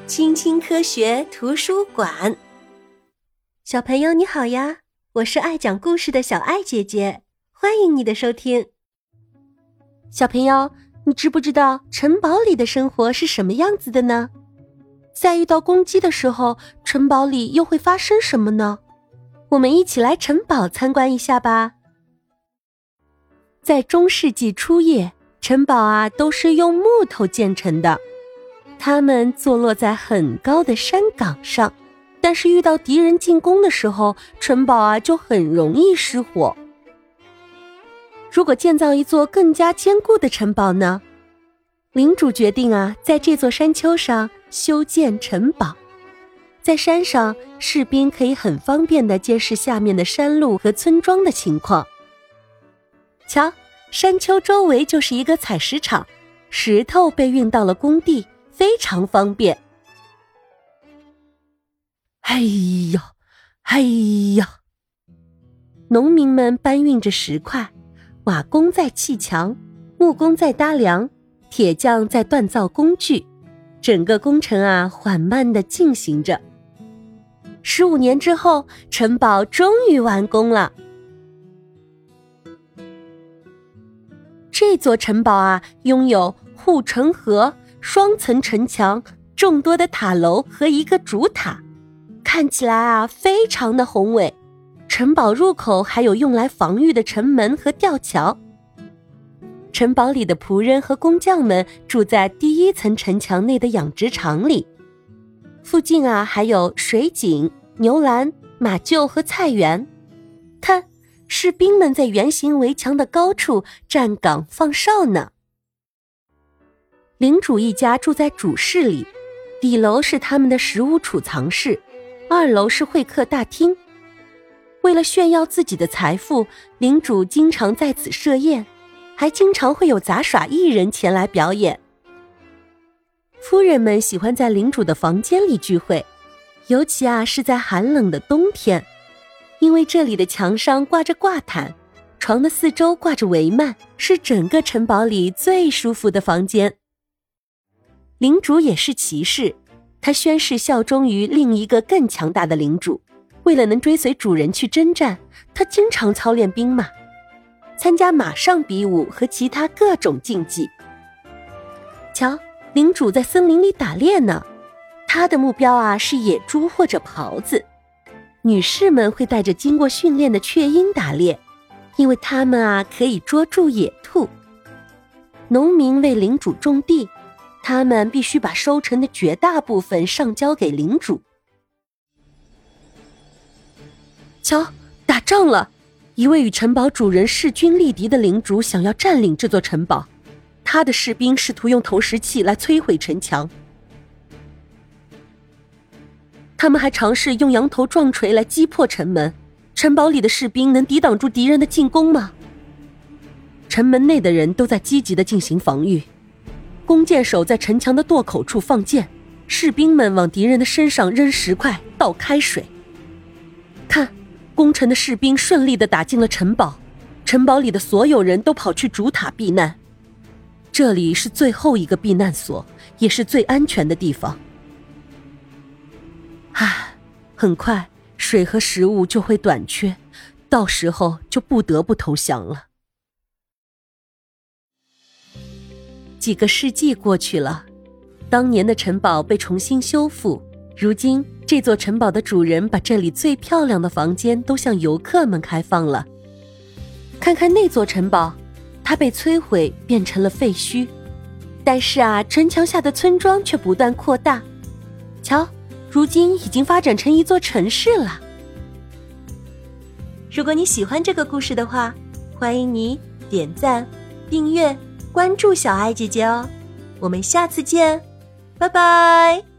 青青科学图书馆。小朋友你好呀，我是爱讲故事的小爱姐姐，欢迎你的收听。小朋友，你知不知道城堡里的生活是什么样子的呢？在遇到攻击的时候，城堡里又会发生什么呢？我们一起来城堡参观一下吧。在中世纪初叶，城堡都是用木头建成的，它们坐落在很高的山岗上，但是遇到敌人进攻的时候，城堡就很容易失火。如果建造一座更加坚固的城堡呢？领主决定在这座山丘上修建城堡。在山上，士兵可以很方便地监视下面的山路和村庄的情况。瞧，山丘周围就是一个采石场，石头被运到了工地，非常方便。嘿呀，嘿呀！农民们搬运着石块，瓦工在砌墙，木工在搭梁，铁匠在锻造工具，整个工程缓慢地进行着。15年之后，城堡终于完工了。这座城堡拥有护城河、双层城墙、众多的塔楼和一个主塔，看起来非常的宏伟。城堡入口还有用来防御的城门和吊桥。城堡里的仆人和工匠们住在第一层城墙内的养殖场里，附近还有水井、牛栏、马厩和菜园。看，士兵们在圆形围墙的高处站岗放哨呢。领主一家住在主室里，底楼是他们的食物储藏室，2楼是会客大厅。为了炫耀自己的财富，领主经常在此设宴，还经常会有杂耍艺人前来表演。夫人们喜欢在领主的房间里聚会，尤其是在寒冷的冬天，因为这里的墙上挂着挂毯，床的四周挂着帷幔，是整个城堡里最舒服的房间。领主也是骑士，他宣誓效忠于另一个更强大的领主。为了能追随主人去征战，他经常操练兵马，参加马上比武和其他各种竞技。瞧，领主在森林里打猎呢，他的目标是野猪或者狍子。女士们会带着经过训练的雀鹰打猎，因为它们可以捉住野兔。农民为领主种地，他们必须把收成的绝大部分上交给领主。瞧，打仗了！一位与城堡主人势均力敌的领主想要占领这座城堡，他的士兵试图用投石器来摧毁城墙。他们还尝试用羊头撞锤来击破城门。城堡里的士兵能抵挡住敌人的进攻吗？城门内的人都在积极地进行防御。弓箭手在城墙的垛口处放箭，士兵们往敌人的身上扔石块、倒开水。看，攻城的士兵顺利地打进了城堡，城堡里的所有人都跑去主塔避难。这里是最后一个避难所，也是最安全的地方。很快水和食物就会短缺，到时候就不得不投降了。几个世纪过去了，当年的城堡被重新修复，如今这座城堡的主人把这里最漂亮的房间都向游客们开放了。看看那座城堡，它被摧毁变成了废墟，但是城墙下的村庄却不断扩大。瞧，如今已经发展成一座城市了。如果你喜欢这个故事的话，欢迎你点赞、订阅、关注小爱姐姐哦。我们下次见，拜拜。